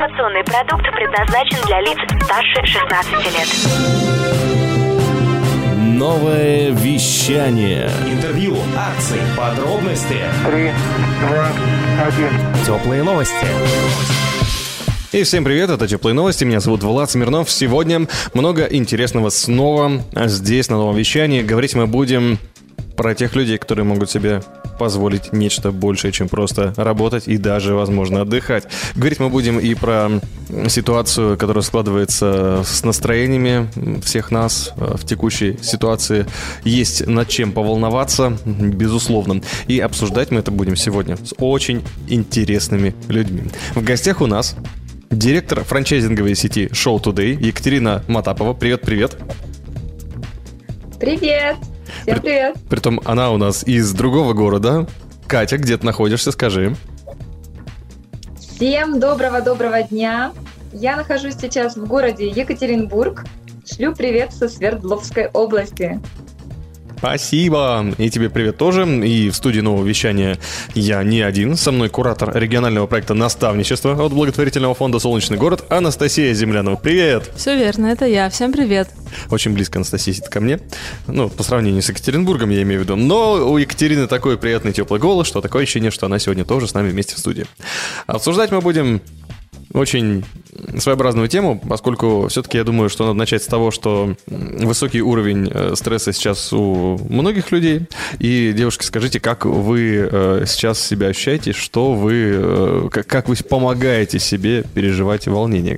Информационный продукт предназначен для лиц старше 16 лет. Новое вещание. Интервью, акции, подробности. 3, 2, 1. Теплые новости. И всем привет, это Теплые новости, меня зовут Влад Смирнов. Сегодня много интересного снова здесь, на новом вещании. Говорить мы будем про тех людей, которые могут себе позволить нечто большее, чем просто работать и даже, возможно, отдыхать. Говорить мы будем и про ситуацию, которая складывается с настроениями всех нас в текущей ситуации. Есть над чем поволноваться, безусловно. И обсуждать мы это будем сегодня с очень интересными людьми. В гостях у нас директор франчайзинговой сети Show Today Екатерина Матапова. Привет-привет. Привет. Всем привет. Притом она у нас из другого города. Катя, где ты находишься, скажи. Всем доброго дня. Я нахожусь сейчас в городе Екатеринбург. Шлю привет со Свердловской области. Спасибо. И тебе привет тоже. И в студии нового вещания я не один. Со мной куратор регионального проекта наставничества от благотворительного фонда «Солнечный город» Анастасия Землянова. Привет. Все верно, это я. Всем привет. Очень близко Анастасия сидит ко мне. Ну, по сравнению с Екатеринбургом, я имею в виду. Но у Екатерины такой приятный теплый голос, что такое ощущение, что она сегодня тоже с нами вместе в студии. Обсуждать мы будем очень своеобразную тему, поскольку все-таки я думаю, что надо начать с того, что высокий уровень стресса сейчас у многих людей. И, девушки, скажите, как вы сейчас себя ощущаете, что вы, как вы помогаете себе переживать волнение?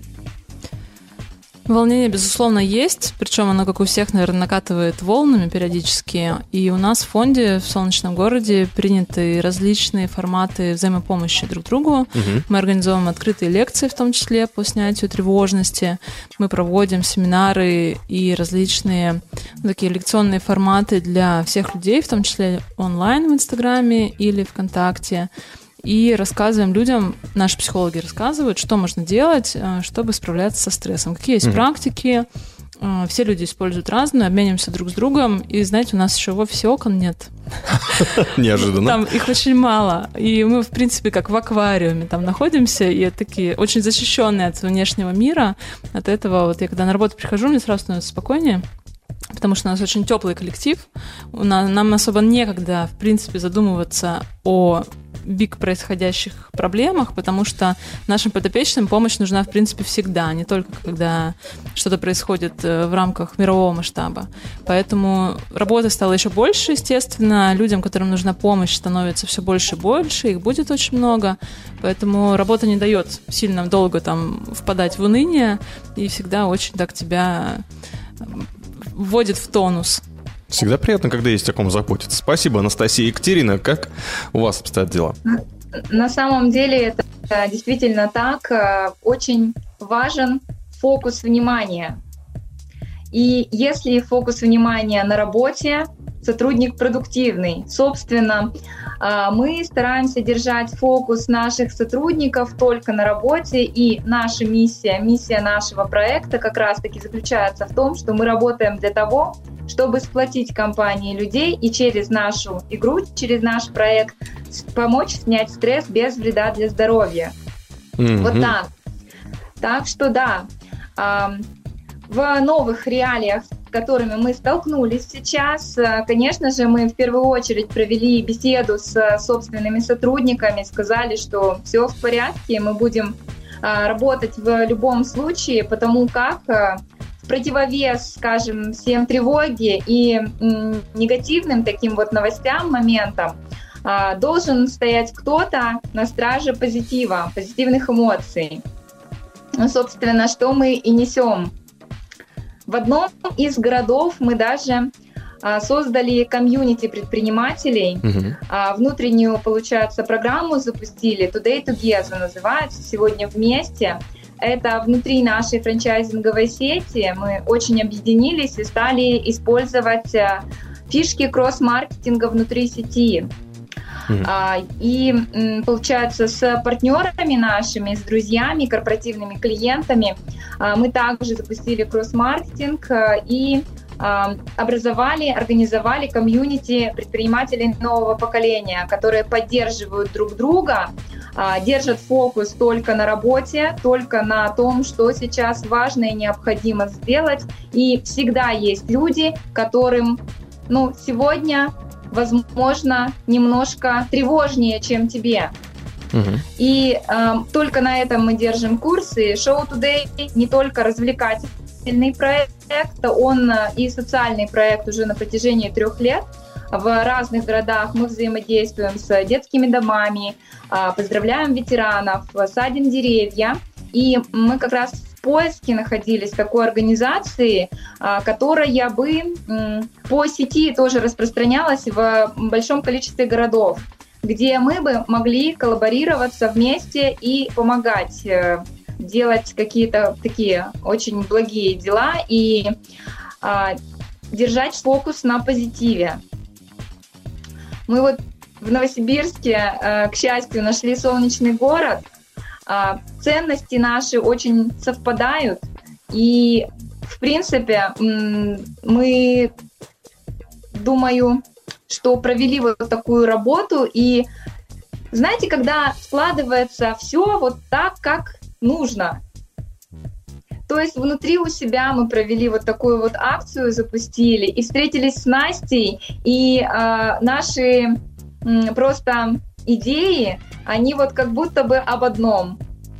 Волнение, безусловно, есть, причем оно, как у всех, наверное, накатывает волнами периодически. И у нас в фонде, в Солнечном городе, приняты различные форматы взаимопомощи друг другу. Угу. Мы организовываем открытые лекции, в том числе по снятию тревожности. Мы проводим семинары и различные такие лекционные форматы для всех людей, в том числе онлайн в Инстаграме или ВКонтакте. И рассказываем людям, наши психологи рассказывают, что можно делать, чтобы справляться со стрессом. Какие есть практики, все люди используют разные, обмениваемся друг с другом. И, знаете, у нас еще в офисе окон нет. Неожиданно. Там их очень мало. И мы, в принципе, как в аквариуме там находимся, и такие очень защищенные от внешнего мира. От этого вот я когда на работу прихожу, мне сразу становится спокойнее. Потому что у нас очень теплый коллектив. Нам особо некогда, в принципе, задумываться о биг происходящих проблемах, потому что нашим подопечным помощь нужна, в принципе, всегда, не только когда что-то происходит в рамках мирового масштаба. Поэтому работы стало еще больше, естественно. Людям, которым нужна помощь, становится все больше и больше, их будет очень много. Поэтому работа не дает сильно долго там впадать в уныние и всегда очень так тебя вводит в тонус. Всегда приятно, когда есть о ком заботиться. Спасибо, Анастасия. Екатерина, как у вас обстоят дела? На самом деле это действительно так. Очень важен фокус внимания. И если фокус внимания на работе, сотрудник продуктивный. Собственно, мы стараемся держать фокус наших сотрудников только на работе, и наша миссия нашего проекта как раз-таки заключается в том, что мы работаем для того, чтобы сплотить компании людей и через нашу игру, через наш проект помочь снять стресс без вреда для здоровья. Вот так. Так что да, в новых реалиях, с которыми мы столкнулись сейчас, конечно же, мы в первую очередь провели беседу с собственными сотрудниками, сказали, что все в порядке, мы будем работать в любом случае, потому как в противовес, скажем, всем тревоге и негативным таким вот новостям, моментам, должен стоять кто-то на страже позитива, позитивных эмоций. Собственно, что мы и несем. В одном из городов мы даже создали комьюнити предпринимателей, внутреннюю, получается, программу запустили, Today Together называется, сегодня вместе. Это внутри нашей франчайзинговой сети мы очень объединились и стали использовать фишки кросс-маркетинга внутри сети. И, получается, с партнерами нашими, с друзьями, корпоративными клиентами мы также запустили кросс-маркетинг и организовали комьюнити предпринимателей нового поколения, которые поддерживают друг друга, держат фокус только на работе, только на том, что сейчас важно и необходимо сделать. И всегда есть люди, которым, сегодня, возможно, немножко тревожнее, чем тебе. И только на этом мы держим курсы. Show Today не только развлекательный проект, он и социальный проект уже на протяжении 3 лет. В разных городах мы взаимодействуем с детскими домами, поздравляем ветеранов, садим деревья. И мы как раз в поиске находились такой организации, которая бы по сети тоже распространялась в большом количестве городов, где мы бы могли коллаборироваться вместе и помогать делать какие-то такие очень благие дела и держать фокус на позитиве. Мы вот в Новосибирске, к счастью, нашли солнечный город. Ценности наши очень совпадают. И, в принципе, мы, думаю, что провели вот такую работу. И, знаете, когда складывается все вот так, как нужно. То есть внутри у себя мы провели вот такую вот акцию, запустили, и встретились с Настей, и наши просто идеи, они вот как будто бы об одном.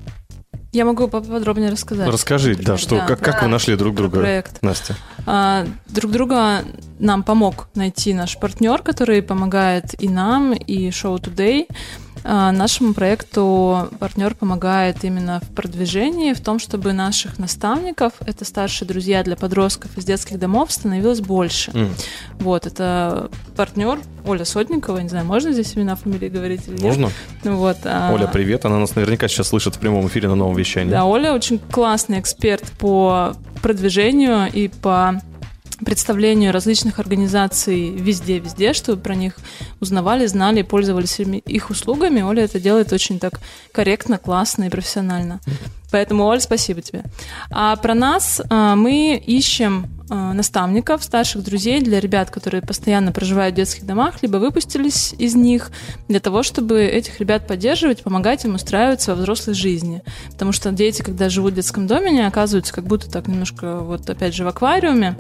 Я могу поподробнее рассказать. Расскажи, как вы нашли друг друга, проект. Настя? Друг друга нам помог найти наш партнер, который помогает и нам, и Show Today. Нашему проекту партнер помогает именно в продвижении, в том, чтобы наших наставников, это старшие друзья для подростков из детских домов, становилось больше. Вот, это партнер Оля Сотникова, не знаю, можно здесь имена, фамилии говорить или нет? Можно. Вот, Оля, привет, она нас наверняка сейчас слышит в прямом эфире на новом вещании. Да, Оля очень классный эксперт по продвижению и по представлению различных организаций везде, чтобы про них узнавали, знали, пользовались их услугами. Оля это делает очень так корректно, классно и профессионально. Поэтому, Оль, спасибо тебе. А про нас мы ищем наставников, старших друзей для ребят, которые постоянно проживают в детских домах, либо выпустились из них, для того, чтобы этих ребят поддерживать, помогать им устраиваться во взрослой жизни. Потому что дети, когда живут в детском доме, они оказываются как будто так немножко, вот опять же, в аквариуме,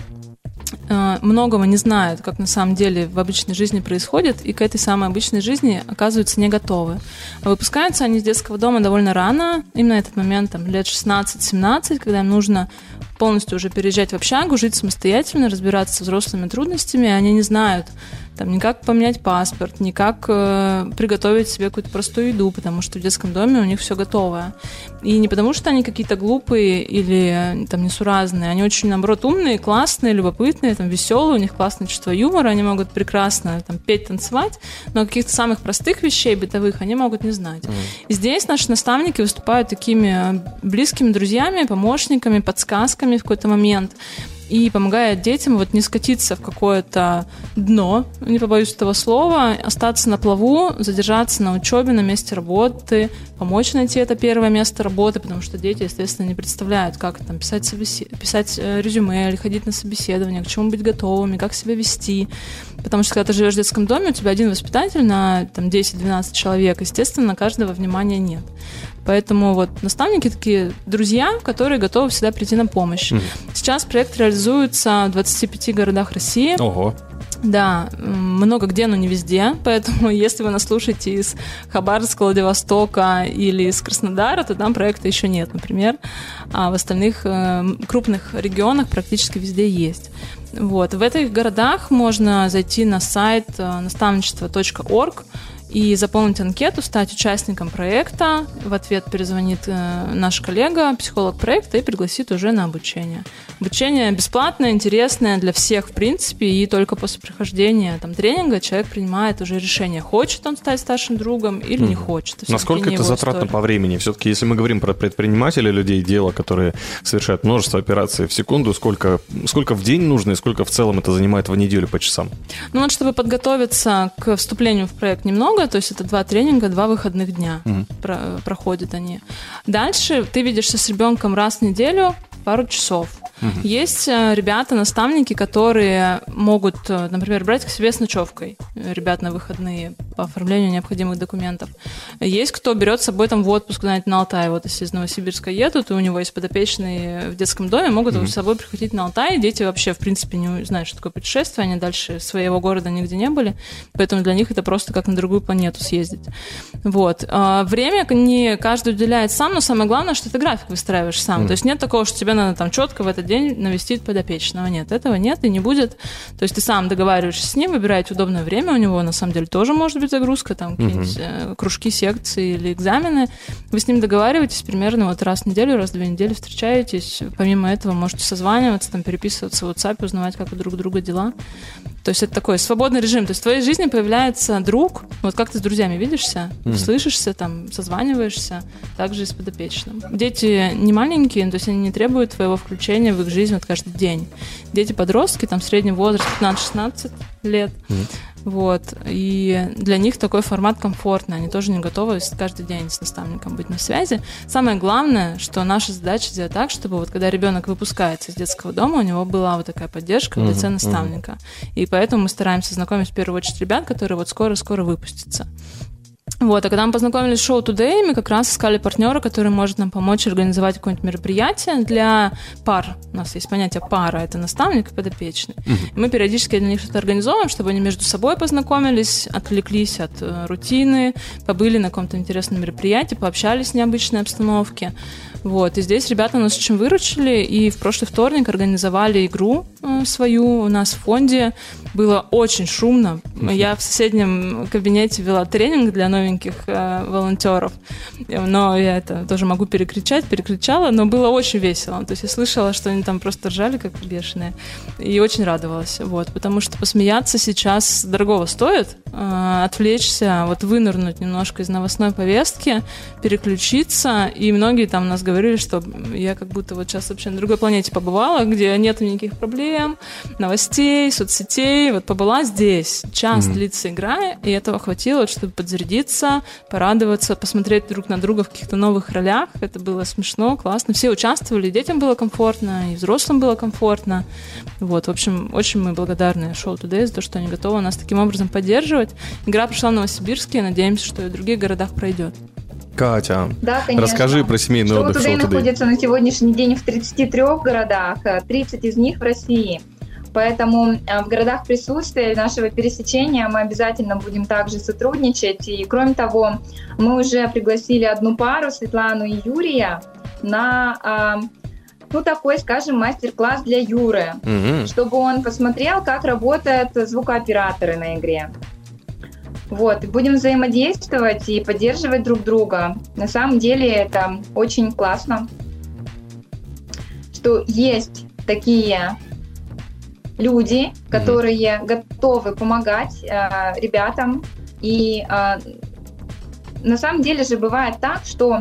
многого не знают, как на самом деле в обычной жизни происходит, и к этой самой обычной жизни оказываются не готовы. Выпускаются они из детского дома довольно рано, именно этот момент, там, лет 16-17, когда им нужно полностью уже переезжать в общагу, жить самостоятельно, разбираться с взрослыми трудностями, они не знают там ни как поменять паспорт, ни как приготовить себе какую-то простую еду, потому что в детском доме у них все готовое. И не потому, что они какие-то глупые или там несуразные, они очень, наоборот, умные, классные, любопытные, там, веселые, у них классное чувство юмора, они могут прекрасно там, петь, танцевать, но каких-то самых простых вещей бытовых они могут не знать. И здесь наши наставники выступают такими близкими друзьями, помощниками, подсказками в какой-то момент, и помогает детям вот не скатиться в какое-то дно, не побоюсь этого слова, остаться на плаву, задержаться на учебе, на месте работы, помочь найти это первое место работы, потому что дети, естественно, не представляют, как там писать резюме или ходить на собеседование, к чему быть готовыми, как себя вести. Потому что когда ты живешь в детском доме, у тебя один воспитатель на там, 10-12 человек, естественно, на каждого внимания нет. Поэтому вот наставники такие друзья, которые готовы всегда прийти на помощь. Сейчас проект реализуется в 25 городах России. Ого. Да, много где, но не везде. Поэтому если вы нас слушаете из Хабаровска, Владивостока или из Краснодара, то там проекта еще нет, например. А в остальных крупных регионах практически везде есть. Вот. В этих городах можно зайти на сайт наставничество.org и заполнить анкету, стать участником проекта. В ответ перезвонит наш коллега, психолог проекта, и пригласит уже на обучение. Обучение бесплатное, интересное для всех, в принципе, и только после прохождения там, тренинга человек принимает уже решение, хочет он стать старшим другом или не хочет. Насколько это затратно по времени? Все-таки, если мы говорим про предпринимателей, людей дела, которые совершают множество операций в секунду, сколько в день нужно и сколько в целом это занимает в неделю по часам? Ну вот, чтобы подготовиться к вступлению в проект немного, то есть это 2 тренинга, 2 выходных дня проходят они. Дальше ты видишься с ребенком раз в неделю, пару часов. Есть ребята, наставники, которые могут, например, брать к себе с ночевкой ребят на выходные по оформлению необходимых документов. Есть кто берет с собой там в отпуск куда-нибудь на Алтай. Вот если из Новосибирска едут, и у него есть подопечные в детском доме, могут его с собой прихватить на Алтай. Дети вообще, в принципе, не знают, что такое путешествие, они дальше своего города нигде не были, поэтому для них это просто как на другую планету съездить. Вот. Время не каждый уделяет сам, но самое главное, что ты график выстраиваешь сам. То есть нет такого, что тебе надо там четко в этот день навестить подопечного. Нет, этого нет и не будет. То есть ты сам договариваешься с ним, выбираете удобное время, у него на самом деле тоже может быть загрузка, там какие-нибудь кружки, секции или экзамены. Вы с ним договариваетесь примерно вот раз в неделю, раз в 2 недели встречаетесь. Помимо этого можете созваниваться, там, переписываться в WhatsApp, узнавать, как у друг друга дела. То есть это такой свободный режим. То есть в твоей жизни появляется друг, вот как ты с друзьями видишься, слышишься, там, созваниваешься, также и с подопечным. Дети не маленькие, то есть они не требуют твоего включения в их жизнь вот каждый день. Дети-подростки, там, средний возраст 15-16 лет. Вот. И для них такой формат комфортный. Они тоже не готовы каждый день с наставником быть на связи. Самое главное, что наша задача сделать так, чтобы вот когда ребенок выпускается из детского дома, у него была вот такая поддержка в лице наставника. И поэтому мы стараемся знакомить в первую очередь ребят, которые вот скоро-скоро выпустятся. Вот, а когда мы познакомились с Show Today, мы как раз искали партнера, который может нам помочь организовать какое-нибудь мероприятие для пар. У нас есть понятие пара, это наставник и подопечный. Мы периодически для них что-то организовываем, чтобы они между собой познакомились, отвлеклись от рутины, побыли на каком-то интересном мероприятии, пообщались в необычной обстановке. Вот, и здесь ребята нас очень выручили, и в прошлый вторник организовали игру свою у нас в фонде. Было очень шумно. Я в соседнем кабинете вела тренинг для новеньких волонтеров, но я это тоже могу перекричала, но было очень весело. То есть я слышала, что они там просто ржали, как бешеные, и очень радовалась. Вот, потому что посмеяться сейчас дорогого стоит, отвлечься, вот вынырнуть немножко из новостной повестки, переключиться, и многие там нас говорили, что я как будто вот сейчас вообще на другой планете побывала, где нет никаких проблем, новостей, соцсетей, вот побыла здесь. Час длится игра, и этого хватило, чтобы подзарядиться, порадоваться, посмотреть друг на друга в каких-то новых ролях. Это было смешно, классно. Все участвовали, детям было комфортно, и взрослым было комфортно. Вот, в общем, очень мы благодарны Show Today за то, что они готовы нас таким образом поддерживать. Игра прошла в Новосибирске, и надеемся, что и в других городах пройдет. Катя, да, расскажи про семейный отдых Show Today находится на сегодняшний день в 33 городах, 30 из них в России. Поэтому в городах присутствия нашего пересечения мы обязательно будем также сотрудничать. И кроме того, мы уже пригласили одну пару, Светлану и Юрия, на такой, скажем, мастер-класс для Юры, чтобы он посмотрел, как работают звукооператоры на игре. Вот, и будем взаимодействовать и поддерживать друг друга. На самом деле это очень классно, что есть такие люди, которые готовы помогать ребятам. И на самом деле же бывает так, что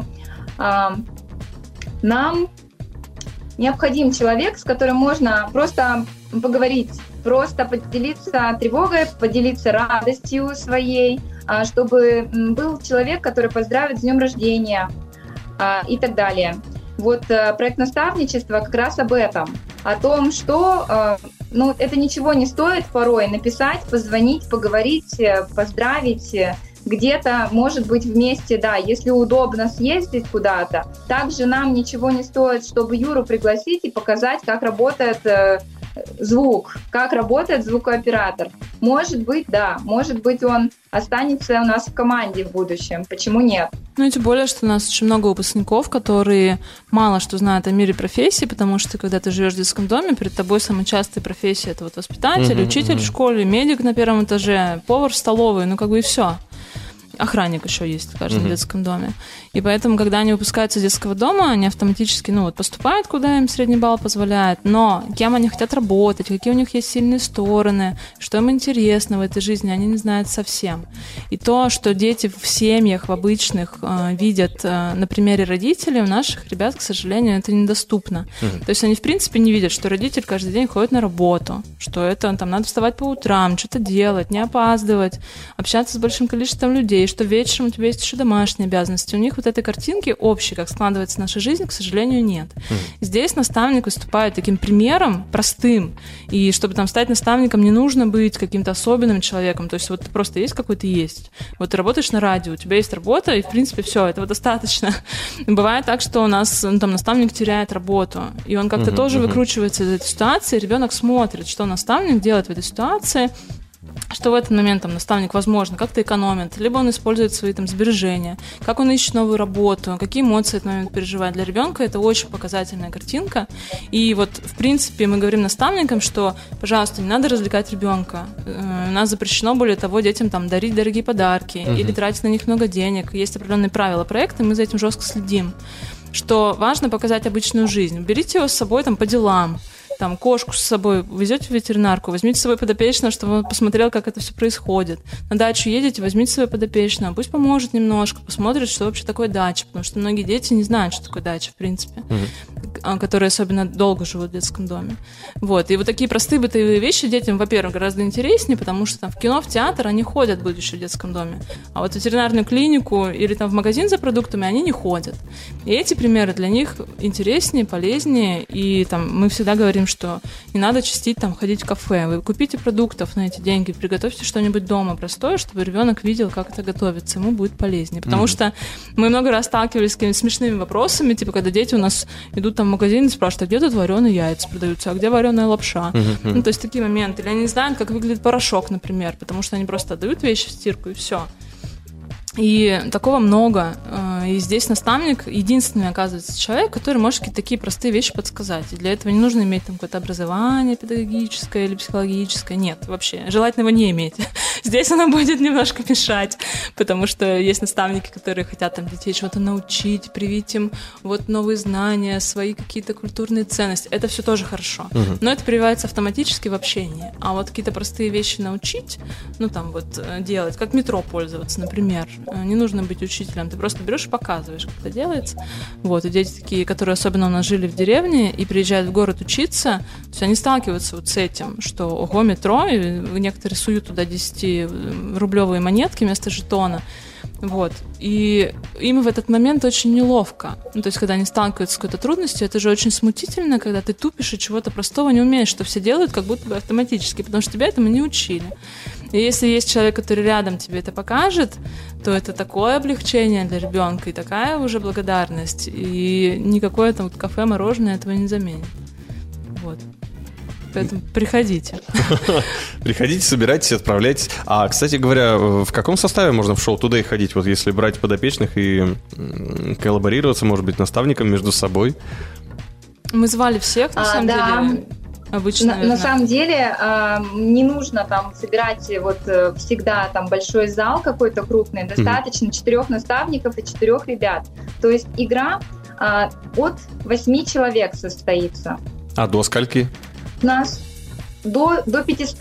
нам необходим человек, с которым можно просто поговорить, просто поделиться тревогой, поделиться радостью своей, чтобы был человек, который поздравит с днем рождения и так далее. Вот проект наставничества как раз об этом, о том, что это ничего не стоит порой написать, позвонить, поговорить, поздравить, где-то, может быть, вместе, да, если удобно съездить куда-то. Также нам ничего не стоит, чтобы Юру пригласить и показать, как работает звук, как работает звукооператор. Может быть, да, может быть, он останется у нас в команде в будущем. Почему нет? Ну и тем более, что у нас очень много выпускников, которые мало что знают о мире профессий, потому что когда ты живешь в детском доме, перед тобой самая частая профессия — это вот воспитатель, учитель в школе, медик на первом этаже, повар в столовой, и все. Охранник еще есть в каждом детском доме. И поэтому, когда они выпускаются из детского дома, они автоматически поступают, куда им средний балл позволяет. Но кем они хотят работать, какие у них есть сильные стороны, что им интересно в этой жизни, они не знают совсем. И то, что дети в семьях, в обычных, видят на примере родителей, у наших ребят, к сожалению, это недоступно. То есть они, в принципе, не видят, что родитель каждый день ходит на работу, что это там надо вставать по утрам, что-то делать, не опаздывать, общаться с большим количеством людей, детей, что вечером у тебя есть еще домашние обязанности. У них вот этой картинки общей, как складывается наша жизнь, к сожалению, нет. Здесь наставник выступает таким примером простым, и чтобы там стать наставником, не нужно быть каким-то особенным человеком, то есть вот ты просто есть какой ты есть. Вот ты работаешь на радио, у тебя есть работа, и в принципе все, этого достаточно. Бывает так, что у нас там наставник теряет работу, и он как-то тоже выкручивается из этой ситуации, ребенок смотрит, что наставник делает в этой ситуации, что в этот момент там наставник, возможно, как-то экономит, либо он использует свои там сбережения, как он ищет новую работу, какие эмоции в этот момент переживает. Для ребенка это очень показательная картинка. И вот, в принципе, мы говорим наставникам, что, пожалуйста, не надо развлекать ребенка. У нас запрещено, более того, детям там дарить дорогие подарки или тратить на них много денег. Есть определенные правила проекта, мы за этим жестко следим. Что важно показать обычную жизнь. Берите его с собой там по делам. Там кошку с собой везете в ветеринарку, возьмите с собой подопечного, чтобы он посмотрел, как это все происходит. На дачу едете, возьмите с собой подопечного, пусть поможет немножко, посмотрит, что вообще такое дача, потому что многие дети не знают, что такое дача, в принципе, которые особенно долго живут в детском доме. Вот. И вот такие простые бытовые вещи детям, во-первых, гораздо интереснее, потому что там в кино, в театр они ходят, будучи в детском доме. А вот в ветеринарную клинику или там в магазин за продуктами они не ходят. И эти примеры для них интереснее, полезнее, и там мы всегда говорим, что не надо частить там ходить в кафе. Вы купите продуктов на эти деньги, приготовьте что-нибудь дома простое, чтобы ребенок видел, как это готовится, ему будет полезнее. Потому что мы много раз сталкивались с какими-то смешными вопросами, типа когда дети у нас идут там в магазин и спрашивают, а где тут вареные яйца продаются, а где вареная лапша? Ну, то есть такие моменты. Или они не знают, как выглядит порошок, например, потому что они просто отдают вещи в стирку и все. И такого много. И здесь наставник единственный, оказывается, человек, который может какие-то такие простые вещи подсказать. И для этого не нужно иметь там какое-то образование педагогическое или психологическое. Нет, вообще. Желательно его не иметь. Здесь оно будет немножко мешать, потому что есть наставники, которые хотят там детей чего-то научить, привить им вот новые знания, свои какие-то культурные ценности. Это все тоже хорошо. Но это прививается автоматически в общении. А вот какие-то простые вещи научить, ну там вот делать, как метро пользоваться, например. Не нужно быть учителем, ты просто берешь и показываешь, как это делается. Вот, и дети такие, которые особенно у нас жили в деревне и приезжают в город учиться, то есть они сталкиваются вот с этим, что ого, метро, и некоторые суют туда 10-рублевые монетки вместо жетона. Вот. И им в этот момент очень неловко. Ну, то есть, когда они сталкиваются с какой-то трудностью, это же очень смутительно, когда ты тупишь и чего-то простого не умеешь, что все делают как будто бы автоматически, потому что тебя этому не учили. И если есть человек, который рядом тебе это покажет, то это такое облегчение для ребенка и такая уже благодарность. И никакое там кафе, мороженое этого не заменит. Вот. Поэтому приходите. Приходите, собирайтесь, отправляйтесь. А, кстати говоря, в каком составе можно в шоу Today ходить? Вот если брать подопечных и коллаборироваться, может быть, наставникам между собой? Мы звали всех, на самом деле. Обычно, на самом деле не нужно там собирать вот всегда там большой зал какой-то крупный, достаточно 4 наставников и 4 ребят. То есть игра от 8 человек состоится. А до скольки? У нас до 500.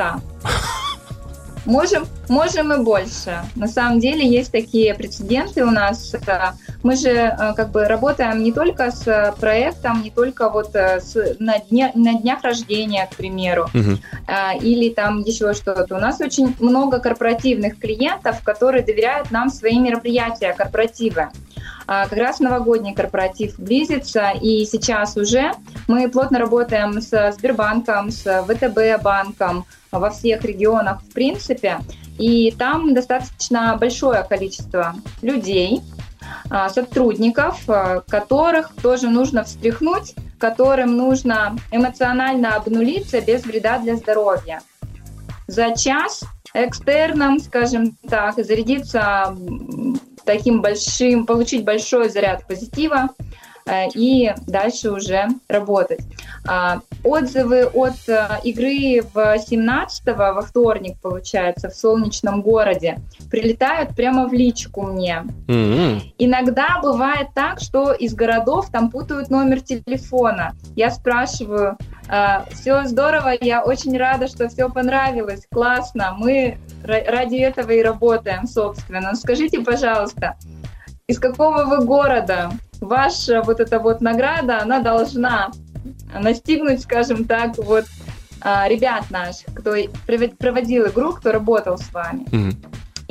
Можем и больше. На самом деле есть такие прецеденты у нас. Мы же как бы работаем не только с проектом, не только вот на днях рождения, к примеру, или там еще что-то. У нас очень много корпоративных клиентов, которые доверяют нам свои мероприятия, корпоративы. Как раз новогодний корпоратив близится, и сейчас уже мы плотно работаем с Сбербанком, с ВТБ банком во всех регионах в принципе, и там достаточно большое количество людей, сотрудников, которых тоже нужно встряхнуть, которым нужно эмоционально обнулиться без вреда для здоровья. За час экстерном, скажем так, зарядиться таким большим, получить большой заряд позитива и дальше уже работать. Отзывы от игры в 17-го, во вторник, получается, в солнечном городе, прилетают прямо в личку мне. Иногда бывает так, что из городов там путают номер телефона. Я спрашиваю, все здорово, я очень рада, что все понравилось, классно, мы ради этого и работаем, собственно. Скажите, пожалуйста, из какого вы города? Ваша вот эта вот награда, она должна настигнуть, скажем так, вот ребят наших, кто проводил игру, кто работал с вами.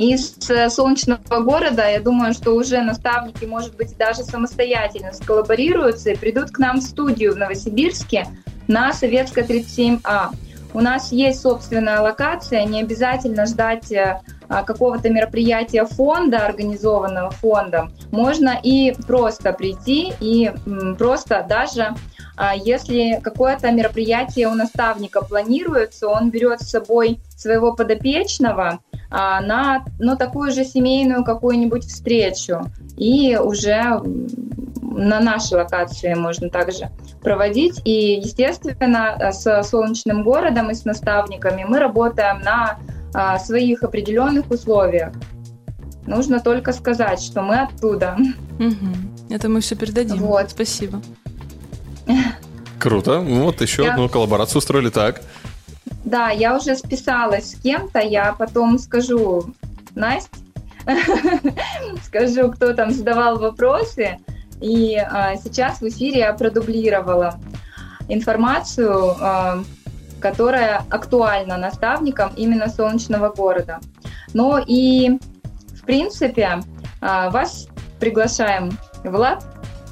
из солнечного города, я думаю, что уже наставники, может быть, даже самостоятельно сколлаборируются и придут к нам в студию в Новосибирске на Советская 37А. У нас есть собственная локация, не обязательно ждать какого-то мероприятия фонда, организованного фондом. Можно и просто прийти, и просто даже если какое-то мероприятие у наставника планируется, он берет с собой своего подопечного на такую же семейную какую-нибудь встречу. И уже на нашей локации можно также проводить. И, естественно, с солнечным городом и с наставниками мы работаем на своих определенных условиях. Нужно только сказать, что мы оттуда. Это мы все передадим. Вот. Спасибо. Круто. Вот еще одну коллаборацию устроили, так. Да, я уже списалась с кем-то, я потом скажу, Настя, скажу, кто там задавал вопросы, и сейчас в эфире я продублировала информацию, которая актуальна наставникам именно солнечного города. Но и, в принципе, вас приглашаем, Влад.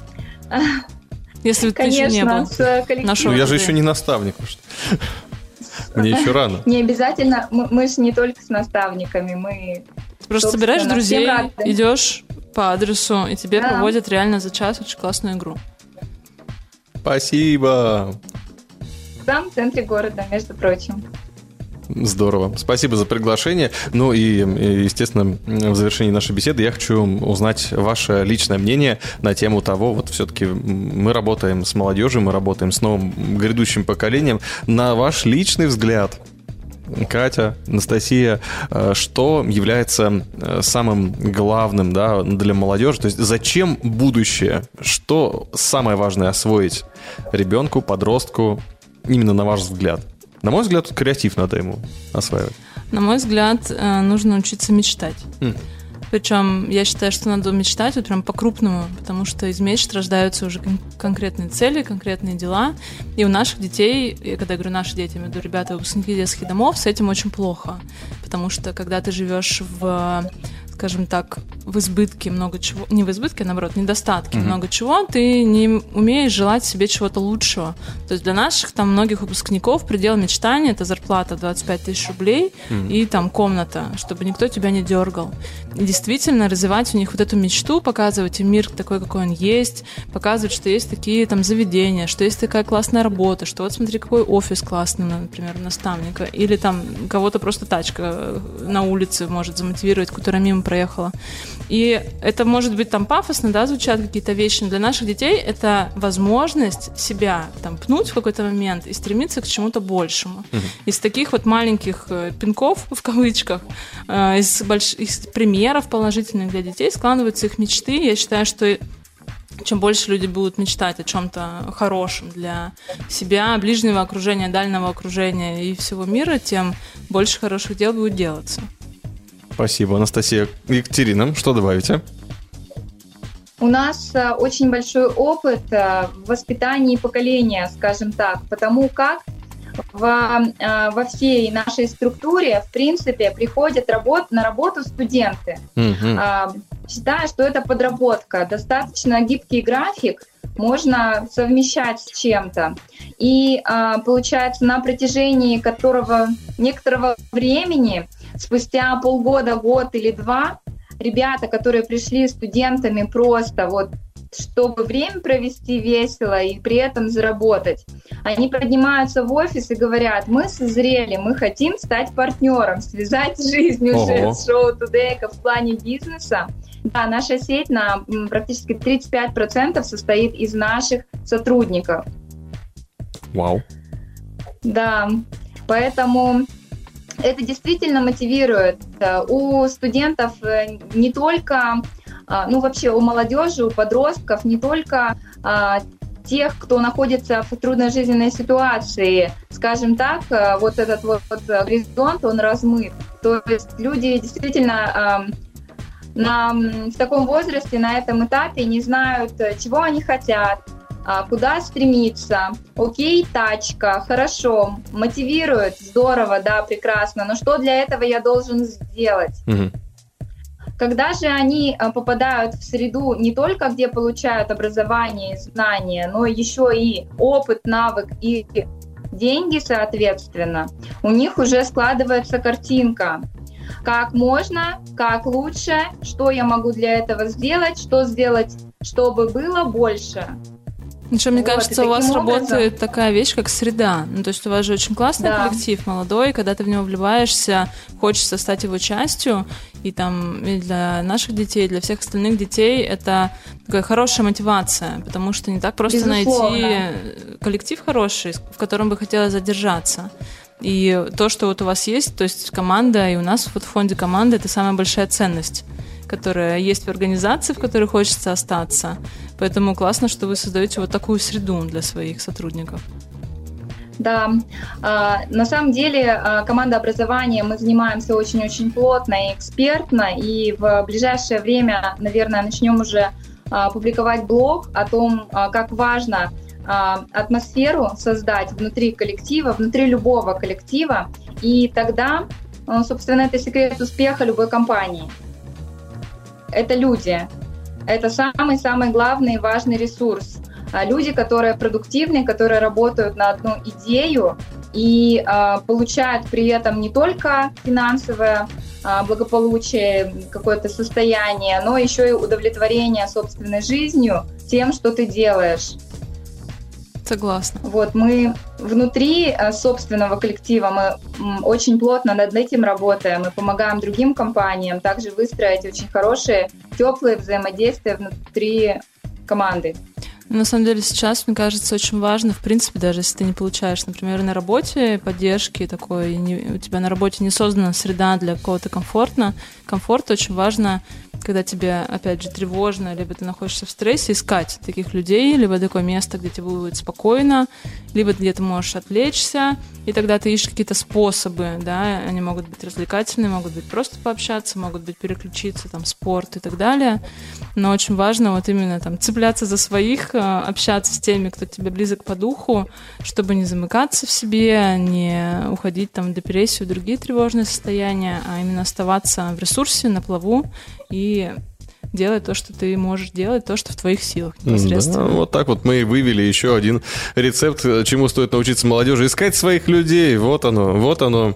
Если ты еще не был. Ну, я же еще не наставник. Мне еще рано. Не обязательно, мы же не только с наставниками, мы... Просто собираешь друзей, идешь по адресу, и тебе проводят реально за час очень классную игру. Спасибо. Там в центре города, между прочим. Здорово. Спасибо за приглашение. Ну и, естественно, в завершении нашей беседы я хочу узнать ваше личное мнение на тему того, вот все-таки мы работаем с молодежью, мы работаем с новым грядущим поколением. На ваш личный взгляд, Катя, Анастасия, что является самым главным, да, для молодежи? То есть зачем будущее? Что самое важное освоить ребенку, подростку, именно на ваш взгляд? На мой взгляд, тут креатив надо ему осваивать. На мой взгляд, нужно учиться мечтать. Причем я считаю, что надо мечтать вот прям по-крупному, потому что из мечт рождаются уже конкретные цели, конкретные дела. И у наших детей, я когда говорю наши дети, я имею в виду ребята, выпускники детских домов, с этим очень плохо. Потому что когда ты живешь в, скажем так, в избытке много чего, не в избытке, а наоборот, недостатке много чего, ты не умеешь желать себе чего-то лучшего. То есть для наших там многих выпускников предел мечтания — это зарплата 25 тысяч рублей и там комната, чтобы никто тебя не дергал. И действительно развивать у них вот эту мечту, показывать им мир такой, какой он есть, показывать, что есть такие там заведения, что есть такая классная работа, что вот смотри, какой офис классный, например, у наставника, или там кого-то просто тачка на улице может замотивировать, которая мимо проехала. И это может быть там пафосно, да, звучат какие-то вещи, но для наших детей это возможность себя там пнуть в какой-то момент и стремиться к чему-то большему. Из таких вот маленьких пинков, в кавычках, из примеров положительных для детей складываются их мечты. Я считаю, что чем больше люди будут мечтать о чем-то хорошем для себя, ближнего окружения, дальнего окружения и всего мира, тем больше хороших дел будет делаться. Спасибо, Анастасия. Екатерина, что добавите? У нас очень большой опыт в воспитании поколения, скажем так, потому как во всей нашей структуре, в принципе, приходят на работу студенты. Считаю, что это подработка, достаточно гибкий график, можно совмещать с чем-то. И получается, на протяжении некоторого времени, спустя полгода, год или два, ребята, которые пришли студентами просто вот, чтобы время провести весело и при этом заработать, они поднимаются в офис и говорят: мы созрели, мы хотим стать партнером, связать жизнь уже с Show Today в плане бизнеса. Да, наша сеть на практически 35% состоит из наших сотрудников. Вау. Да, поэтому это действительно мотивирует. У студентов не только, вообще у молодежи, у подростков, не только тех, кто находится в трудной жизненной ситуации, скажем так, вот этот вот горизонт, он размыт. То есть люди действительно в таком возрасте, на этом этапе не знают, чего они хотят, куда стремиться. Окей, тачка, хорошо, мотивирует, здорово, да, прекрасно, но что для этого я должен сделать? Когда же они попадают в среду не только где получают образование и знания, но еще и опыт, навык и деньги, соответственно, у них уже складывается картинка. Как можно, как лучше, что я могу для этого сделать, что сделать, чтобы было больше. Еще, мне кажется, у вас работает такая вещь, как среда. То есть у вас же очень классный коллектив, молодой, когда ты в него вливаешься, хочется стать его частью, и там и для наших детей, и для всех остальных детей это такая хорошая мотивация, потому что не так просто найти коллектив хороший, в котором бы хотелось задержаться. И то, что вот у вас есть, то есть команда, и у нас вот в фонде команда, это самая большая ценность, которая есть в организации, в которой хочется остаться. Поэтому классно, что вы создаете вот такую среду для своих сотрудников. Да, на самом деле команда образования мы занимаемся очень-очень плотно и экспертно, и в ближайшее время, наверное, начнем уже публиковать блог о том, как важно атмосферу создать внутри коллектива, внутри любого коллектива, и тогда, собственно, это секрет успеха любой компании. Это люди. Это самый-самый главный и важный ресурс. Люди, которые продуктивны, которые работают на одну идею и получают при этом не только финансовое благополучие, какое-то состояние, но еще и удовлетворение собственной жизнью, тем, что ты делаешь. Согласна. Вот мы внутри собственного коллектива, мы очень плотно над этим работаем, мы помогаем другим компаниям также выстроить очень хорошие, теплые взаимодействия внутри команды. На самом деле сейчас, мне кажется, очень важно, в принципе, даже если ты не получаешь, например, на работе поддержки такой, у тебя на работе не создана среда для какого-то комфорта, очень важно, когда тебе, опять же, тревожно, либо ты находишься в стрессе, искать таких людей, либо такое место, где тебе будет спокойно, либо где ты можешь отвлечься, и тогда ты ищешь какие-то способы, да, они могут быть развлекательные, могут быть просто пообщаться, могут быть переключиться, там, спорт и так далее, но очень важно вот именно там цепляться за своих, общаться с теми, кто тебе близок по духу, чтобы не замыкаться в себе, не уходить там в депрессию, другие тревожные состояния, а именно оставаться в ресурсе, на плаву и делать то, что ты можешь делать, то, что в твоих силах непосредственно. Да, вот так вот мы и вывели еще один рецепт, чему стоит научиться молодежи. Искать своих людей. Вот оно.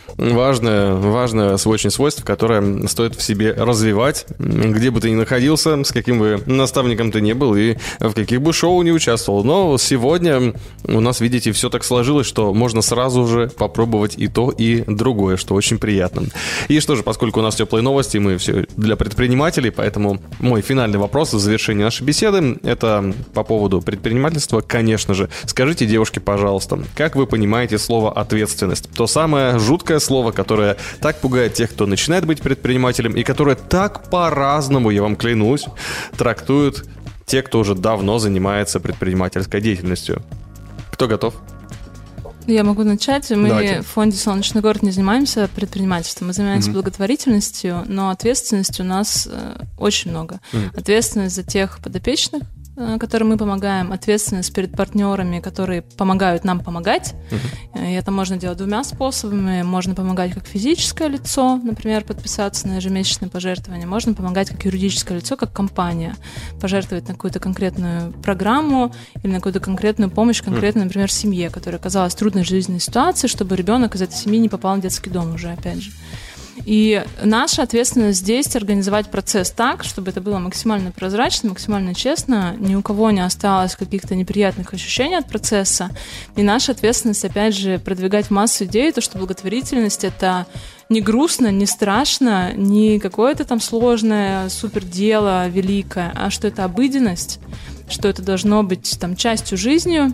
Важное очень свойство, которое стоит в себе развивать, где бы ты ни находился, с каким бы наставником ты ни был и в каких бы шоу не участвовал. Но сегодня у нас, видите, все так сложилось, что можно сразу же попробовать и то, и другое, что очень приятно. И что же, поскольку у нас теплые новости, мы все для предпринимателей, поэтому мой финальный вопрос в завершении нашей беседы, это по поводу предпринимательства, конечно же. Скажите, девушки, пожалуйста, как вы понимаете слово «ответственность»? То самое жуткое слово, которое так пугает тех, кто начинает быть предпринимателем, и которое так по-разному, я вам клянусь, трактуют те, кто уже давно занимается предпринимательской деятельностью. Кто готов? Я могу начать. Мы Давайте. в фонде «Солнечный город» не занимаемся предпринимательством, мы занимаемся благотворительностью, но ответственности у нас очень много. Ответственность за тех подопечных, которым мы помогаем, ответственность перед партнерами, которые помогают нам помогать. И это можно делать двумя способами. Можно помогать как физическое лицо, например, подписаться на ежемесячное пожертвование. Можно помогать как юридическое лицо, как компания. Пожертвовать на какую-то конкретную программу или на какую-то конкретную помощь, конкретно, например, семье, которая оказалась в трудной жизненной ситуации, чтобы ребенок из этой семьи не попал в детский дом уже, опять же. И наша ответственность здесь организовать процесс так, чтобы это было максимально прозрачно, максимально честно, ни у кого не осталось каких-то неприятных ощущений от процесса. И наша ответственность, опять же, продвигать массу идей, то, что благотворительность — это не грустно, не страшно, не какое-то там сложное супердело великое, а что это обыденность, что это должно быть там частью жизни,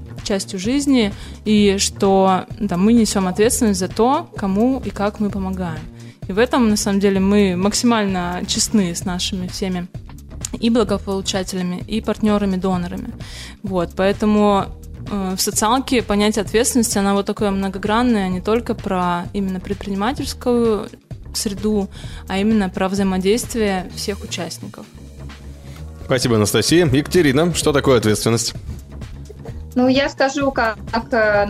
и что там, мы несем ответственность за то, кому и как мы помогаем. И в этом, на самом деле, мы максимально честны с нашими всеми и благополучателями, и партнерами, донорами. Вот, поэтому в социалке понятие ответственности, она вот такое многогранное, не только про именно предпринимательскую среду, а именно про взаимодействие всех участников. Спасибо, Анастасия. Екатерина, что такое ответственность? Ну, я скажу, как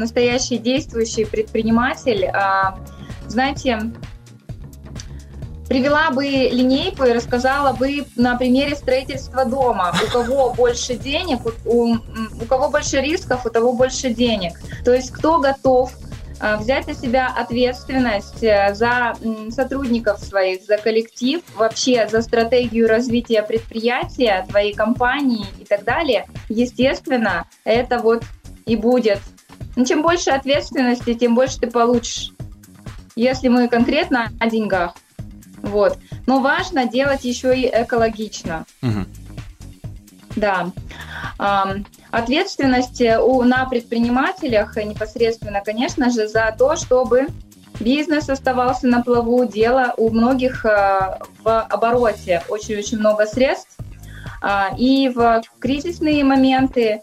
настоящий действующий предприниматель, знаете, привела бы линейку и рассказала бы на примере строительства дома. У кого больше денег, у кого больше рисков, у того больше денег. То есть кто готов взять на себя ответственность за сотрудников своих, за коллектив, вообще за стратегию развития предприятия, твоей компании и так далее, естественно, это вот и будет. Чем больше ответственности, тем больше ты получишь. Если мы конкретно о деньгах. Вот. Но важно делать еще и экологично. Да. Ответственность на предпринимателях непосредственно, конечно же, за то, чтобы бизнес оставался на плаву, дело у многих в обороте, очень-очень много средств. И в кризисные моменты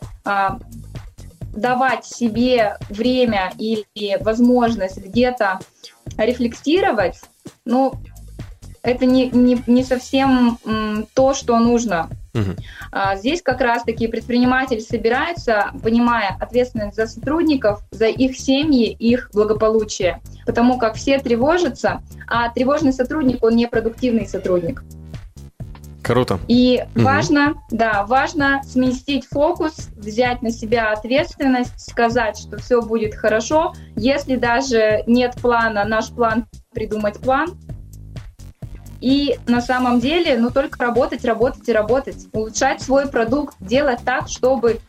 давать себе время или возможность где-то рефлексировать, ну, это не совсем то, что нужно. Здесь как раз-таки предприниматель собирается, понимая ответственность за сотрудников, за их семьи, их благополучие. Потому как все тревожатся, а тревожный сотрудник, он не продуктивный сотрудник. Круто. И важно сместить фокус, взять на себя ответственность, сказать, что все будет хорошо. Если даже нет плана, наш план — придумать план. И на самом деле, только работать, улучшать свой продукт, делать так, чтобы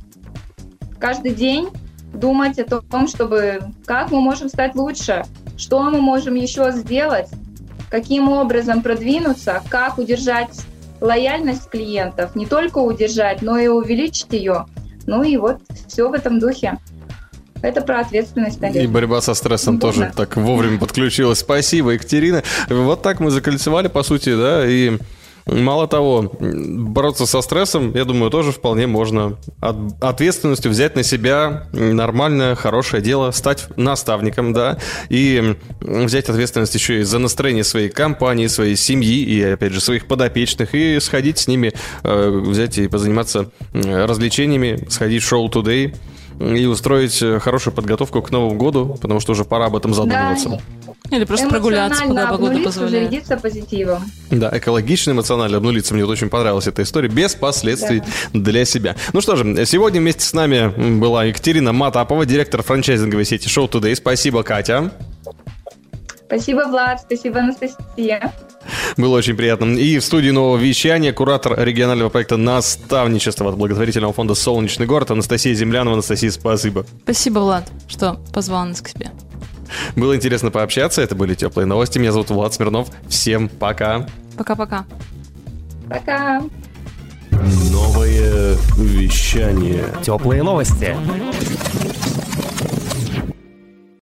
каждый день думать о том, как мы можем стать лучше, что мы можем еще сделать, каким образом продвинуться, как удержать лояльность клиентов, не только удержать, но и увеличить ее. И вот все в этом духе. Это про ответственность, наверное. И борьба со стрессом тоже так вовремя подключилась. Спасибо, Екатерина. Вот так мы закольцевали, по сути, да, и мало того, бороться со стрессом, я думаю, тоже вполне можно. Ответственностью взять на себя нормальное, хорошее дело, стать наставником, да, и взять ответственность еще и за настроение своей компании, своей семьи и, опять же, своих подопечных, и сходить с ними, взять и позаниматься развлечениями, сходить в шоу Today и устроить хорошую подготовку к Новому году, потому что уже пора об этом задумываться. Да. Или просто прогуляться, пока погода позволяет. Зарядиться позитивом. Да, экологично, эмоционально обнулиться. Мне вот очень понравилась эта история. Без последствий для себя. Ну что же, сегодня вместе с нами была Екатерина Матапова, директор франчайзинговой сети Show Today. Спасибо, Катя. Спасибо, Влад. Спасибо, Анастасия. Было очень приятно. И в студии нового вещания куратор регионального проекта наставничества от благотворительного фонда «Солнечный город» Анастасия Землянова. Анастасия, спасибо. Спасибо, Влад, что позвал нас к себе. Было интересно пообщаться. Это были теплые новости. Меня зовут Влад Смирнов. Всем пока. Пока-пока. Пока. Новое вещание. Теплые новости.